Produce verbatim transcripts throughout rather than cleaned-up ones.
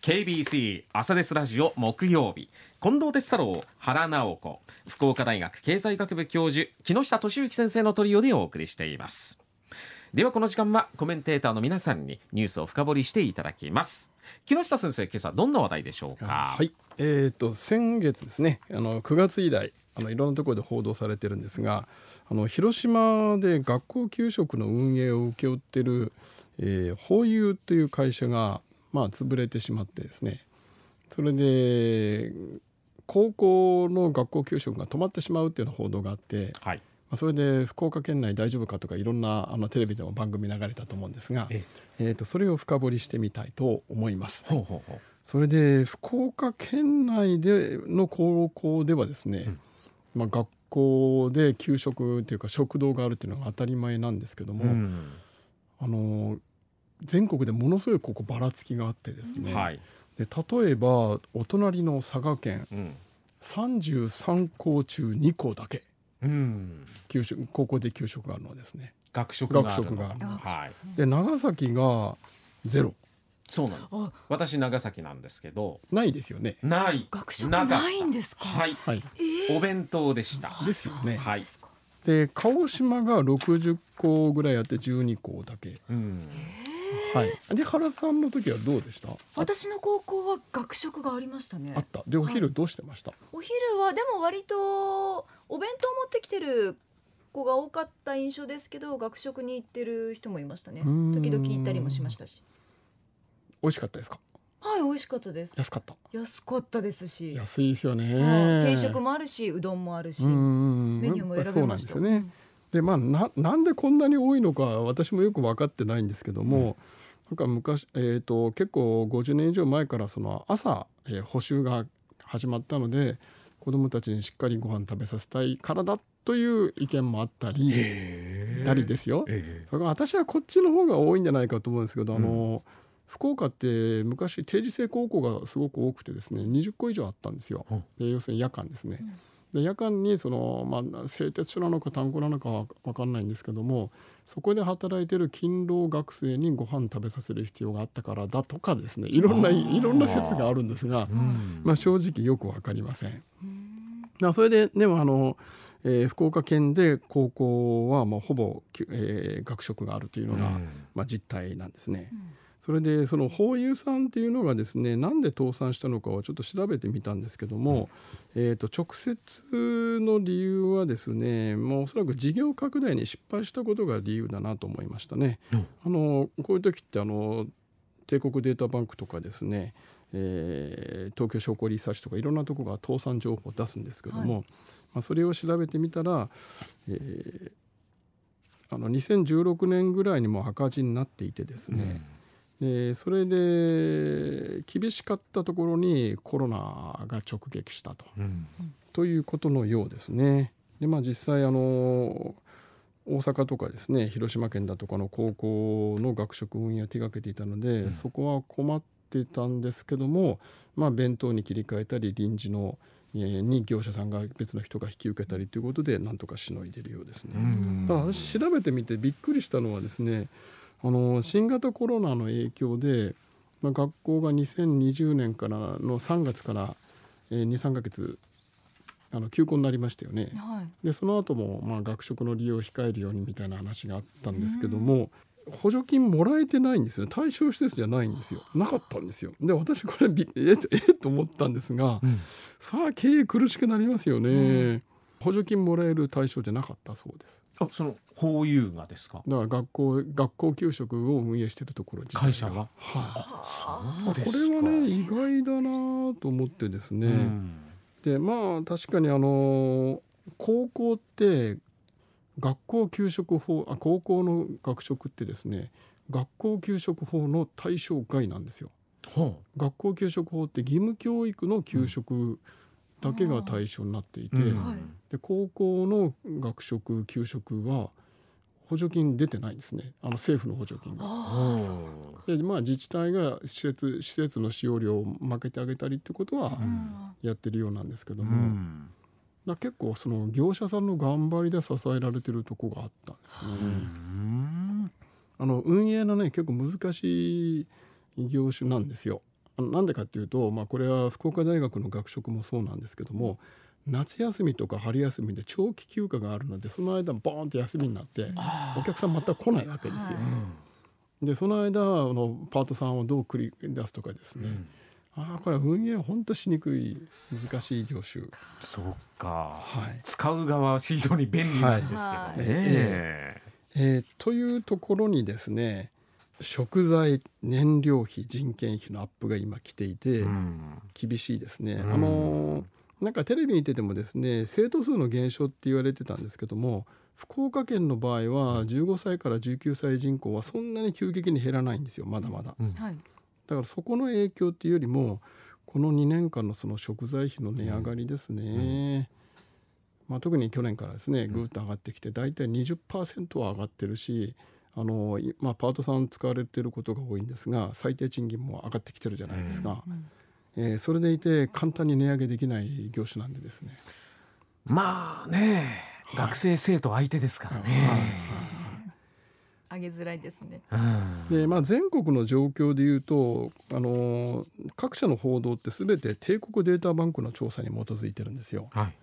ケービーシー 朝ですラジオ木曜日、近藤哲太郎、原直子、福岡大学経済学部教授木下俊之先生のトリオでお送りしています。ではこの時間はコメンテーターの皆さんにニュースを深掘りしていただきます。木下先生、今朝どんな話題でしょうか。 はい、えー、と先月ですね、あのくがつ以来あのいろんなところで報道されてるんですが、あの広島で学校給食の運営を請け負っている、えー、ホーユーという会社が、まあ、潰れてしまってですね、それで高校の学校給食が止まってしまうというような報道があって、はい、それで福岡県内大丈夫かとかいろんなあのテレビでも番組流れたと思うんですが、ええー、とそれを深掘りしてみたいと思います。ほうほうほう。それで福岡県内での高校ではですね、うん、まあ、学校で給食というか食堂があるというのが当たり前なんですけども、うん、あの全国でものすごいここばらつきがあってですね、はい、で例えばお隣の佐賀県、うん、さんじゅうさんこう中にこだけ、うん、給食高校で給食があるのはですね、 学食があるの。 学食があるの、 はい、 で長崎がゼロ。 そうなの。私長崎なんですけど、 ないですよね。 ない。学食ないんですか。 はい、はい、えー、お弁当でした。 ですよね。 はい。 で鹿児島がろくじゅっこぐらいあってじゅうにこだけ、うん、はい、で原さんの時はどうでした？ 私の高校は学食がありましたね。 あった。でお昼どうしてました？はい、 お昼はでも割とお弁当持ってきてる子が多かった印象ですけど、学食に行ってる人もいましたね。時々行ったりもしましたし。 美味しかったですか？ はい、美味しかったです。 安かった？ 安かったですし、 安いですよね。 定食もあるし、うどんもあるし、メニューも選べました。 そうなんですよね。で、まあ、な, なんでこんなに多いのか私もよく分かってないんですけども、うん、なんか昔、えーと、結構ごじゅうねん以上前からその朝、えー、補習が始まったので子どもたちにしっかりご飯食べさせたいからだという意見もあったり、えー、たりですよ、えー、それから私はこっちの方が多いんじゃないかと思うんですけど、うん、あの福岡って昔定時制高校がすごく多くてですね、にじゅっこ以上あったんですよ、うん、で要するに夜間ですね、うん、で夜間にその、まあ、製鉄所なのか炭鉱なのかは分かんないんですけども、そこで働いてる勤労学生にご飯食べさせる必要があったからだとかですね、いろんないろんな説があるんですが、まあ、正直よく分かりません。だそれででもあの、えー、福岡県で高校はもうほぼ、えー、学食があるというのが、まあ、実態なんですね。うん、それでそのホーユーさんっていうのがですね、なんで倒産したのかをちょっと調べてみたんですけども、うん、えー、と直接の理由はですね、もうおそらく事業拡大に失敗したことが理由だなと思いましたね。うん、あのこういう時ってあの帝国データバンクとかですね、えー、東京商工リサーチとかいろんなところが倒産情報を出すんですけども、はい、まあ、それを調べてみたら、えー、あのにせんじゅうろくねんぐらいにも赤字になっていてですね、うん、でそれで厳しかったところにコロナが直撃したと、うん、ということのようですね。で、まあ、実際あの大阪とかですね、広島県だとかの高校の学食運営を手掛けていたので、うん、そこは困ってたんですけども、まあ、弁当に切り替えたり臨時のに業者さんが別の人が引き受けたりということでなんとかしのいでいるようですね。ただ私調べてみてびっくりしたのはですね、あの新型コロナの影響で、まあ、学校がにせんにじゅうねんからのさんがつから、えー、にさんかげつあの休校になりましたよね。はい、でその後もまあ学食の利用を控えるようにみたいな話があったんですけども、補助金もらえてないんですよ。対象施設じゃないんですよ。なかったんですよ。で私これええと思ったんですが、うん、さあ経営苦しくなりますよね。うん、補助金もらえる対象じゃなかったそうです。 あ、そのホーユーがですか？ だから学校学校給食を運営しているところ自体が、 会社が、 はあ、そうですか。 これはね意外だなと思ってですね、うん、でまあ確かにあの高校って学校給食法あ高校の学食ってですね、学校給食法の対象外なんですよ。はあ、学校給食法って義務教育の給食だけが対象になっていて、うん、で高校の学食給食は補助金出てないんですね。あの政府の補助金が。で、まあ、自治体が施設、施設の使用料を負けてあげたりってことはやってるようなんですけども、うん、だ結構その業者さんの頑張りで支えられてるとこがあったんですね。うん、あの運営のね結構難しい業種なんですよ。 あのなんでかっていうと、まあ、これは福岡大学の学食もそうなんですけども、夏休みとか春休みで長期休暇があるので、その間ボーンと休みになってお客さん全く来ないわけですよ。でその間あのパートさんをどう繰り出すとかですね、うん、あこれは運営は本当しにくい難しい業種。 そうか、 はい、 使う側は非常に便利なんですけどね、はいえーえー、というところにですね、食材燃料費人件費のアップが今来ていて厳しいですね、うん、あのなんかテレビ見ててもですね、生徒数の減少って言われてたんですけども、福岡県の場合はじゅうごさいからじゅうきゅうさい人口はそんなに急激に減らないんですよ、まだまだ、うん、だからそこの影響っていうよりもこのにねんかんのその食材費の値上がりですね、うんまあ、特に去年からですねぐーっと上がってきてだいたい にじゅっパーセント は上がってるし、あの、まあ、パートさん使われてることが多いんですが最低賃金も上がってきてるじゃないですか、うんえー、それでいて簡単に値上げできない業種なんでですね、 まあね、はい、学生生徒相手ですからね、はいはい上げづらいですね、 で、まあ、全国の状況でいうと、あの各社の報道って全て帝国データバンクの調査に基づいてるんですよ、はい、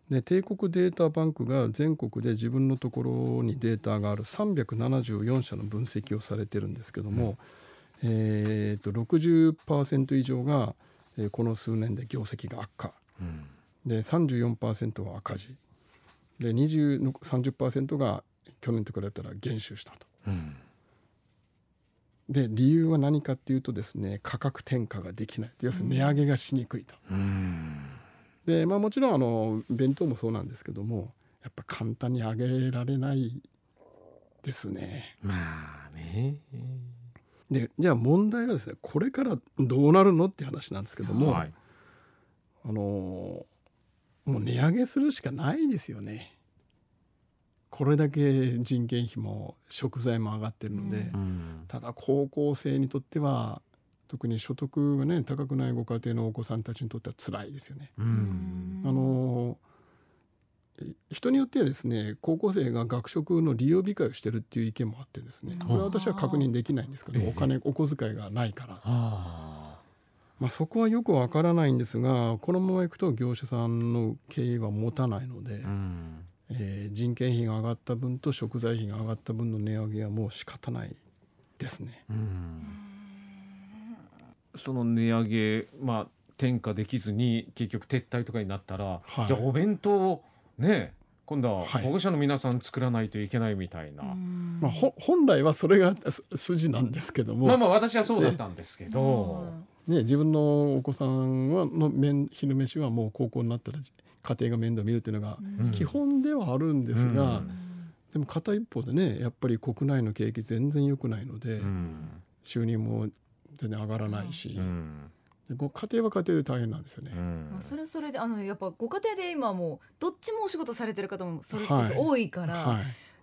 で帝国データバンクが全国で自分のところにデータがあるさんびゃくななじゅうよんしゃの分析をされてるんですけども、うんえー、と ろくじゅっパーセント 以上がえー、この数年で業績が悪化、うん、で さんじゅうよんパーセント は赤字でにじゅう、さんじゅっパーセント が去年と比べたら減収したと、うん、で理由は何かっていうとですね、価格転嫁ができない、要するに値上げがしにくいと、うん、で、まあ、もちろんあの弁当もそうなんですけどもやっぱ簡単に上げられないですね。 まあね。 でじゃあ問題はですね、これからどうなるのって話なんですけども、はい、あのもう値上げするしかないですよね。これだけ人件費も食材も上がってるので、うん、ただ高校生にとっては特に所得がね高くないご家庭のお子さんたちにとっては辛いですよね。うん、あの人によってはですね、高校生が学食の利用控えをしてるっていう意見もあってですね、これは私は確認できないんですけど、お金お小遣いがないから、まあ、そこはよくわからないんですが、このままいくと業者さんの経営は持たないので、うんえー、人件費が上がった分と食材費が上がった分の値上げはもう仕方ないですね。うんその値上げ、まあ、転嫁できずに結局撤退とかになったら、はい、じゃあお弁当をね、今度は保護者の皆さん作らないといけないみたいな、はいまあ、本来はそれが筋なんですけども、 まあまあ私はそうだったんですけど、 ね、自分のお子さんはの面昼飯はもう高校になったら家庭が面倒見るというのが基本ではあるんですが、うん、でも片一方でねやっぱり国内の景気全然良くないので、うん、収入も全然上がらないし、うんでご家庭は家庭で大変なんですよね、うん、 それはそれであのやっぱご家庭で今もうどっちもお仕事されてる方もそれこそ多いから、はいはい、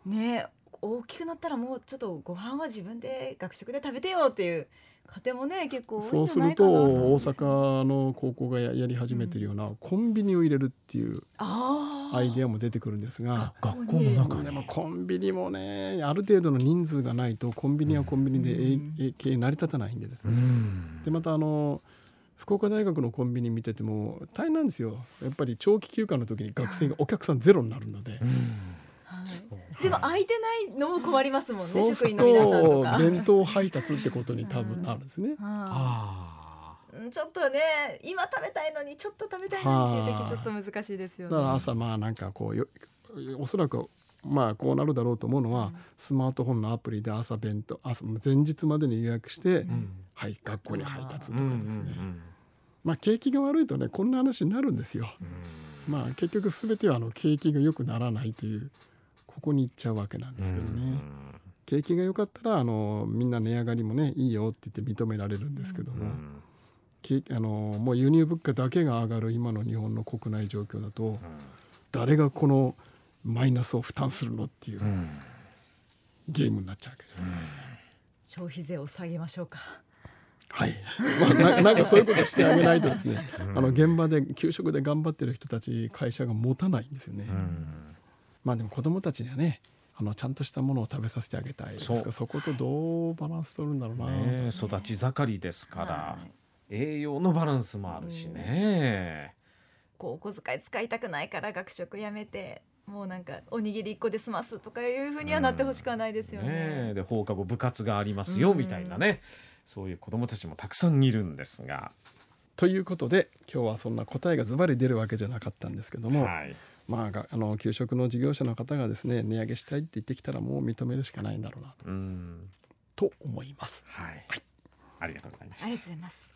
ね大きくなったらもうちょっとご飯は自分で学食で食べてよっていう家庭もね結構多いんじゃないかな。 そうすると大阪の高校が や, やり始めてるような、うん、コンビニを入れるっていうアイデアも出てくるんですが、 学校の中にでもコンビニもねある程度の人数がないとコンビニはコンビニで、うん、経営成り立たないんでですね、うん、でまたあの福岡大学のコンビニ見てても大変なんですよ。やっぱり長期休暇の時に学生がお客さんゼロになるので、うんはい、でも空いてないのも困りますもんね。そうすると職員の皆さんとか弁当配達ってことに多分なるんですね、うんあちょっとね今食べたいのにちょっと食べたいのにっていう時ちょっと難しいですよね。 だから朝まあなんかこうよおそらくまあこうなるだろうと思うのは、うん、スマートフォンのアプリで朝弁当朝前日までに予約して、うんはい、学校に配達とかですね、うんうんうんまあ、景気が悪いとねこんな話になるんですよ、うんまあ、結局全てはあの景気が良くならないというここに行っちゃうわけなんですけどね、うん、景気が良かったらあのみんな値上がりもねいいよって言って認められるんですけども、うん、あのもう輸入物価だけが上がる今の日本の国内状況だと、うん、誰がこのマイナスを負担するのっていう、うん、ゲームになっちゃうわけですね、うん、 消費税を下げましょうか。 はい、まあ、な, なんかそういうことしてあげないとですね、うん、あの現場で給食で頑張ってる人たち会社が持たないんですよね、うん、まあでも子どもたちにはねあのちゃんとしたものを食べさせてあげたいですが そ, そことどうバランス取るんだろうな、 ね、育ち盛りですから、はい栄養のバランスもあるしね、 こうお小遣い使いたくないから学食やめてもうなんかおにぎりいっこで済ますとかいうふうにはなってほしくはないですよね。 うんねで放課後部活がありますよ、 うんみたいなね、そういう子どもたちもたくさんいるんですが、 ということで今日はそんな答えがズバリ出るわけじゃなかったんですけども、 はい、 まあがあの給食の事業者の方がですね値上げしたいって言ってきたらもう認めるしかないんだろうなうんと思います。 はい、ありがとうございました。 ありがとうございます。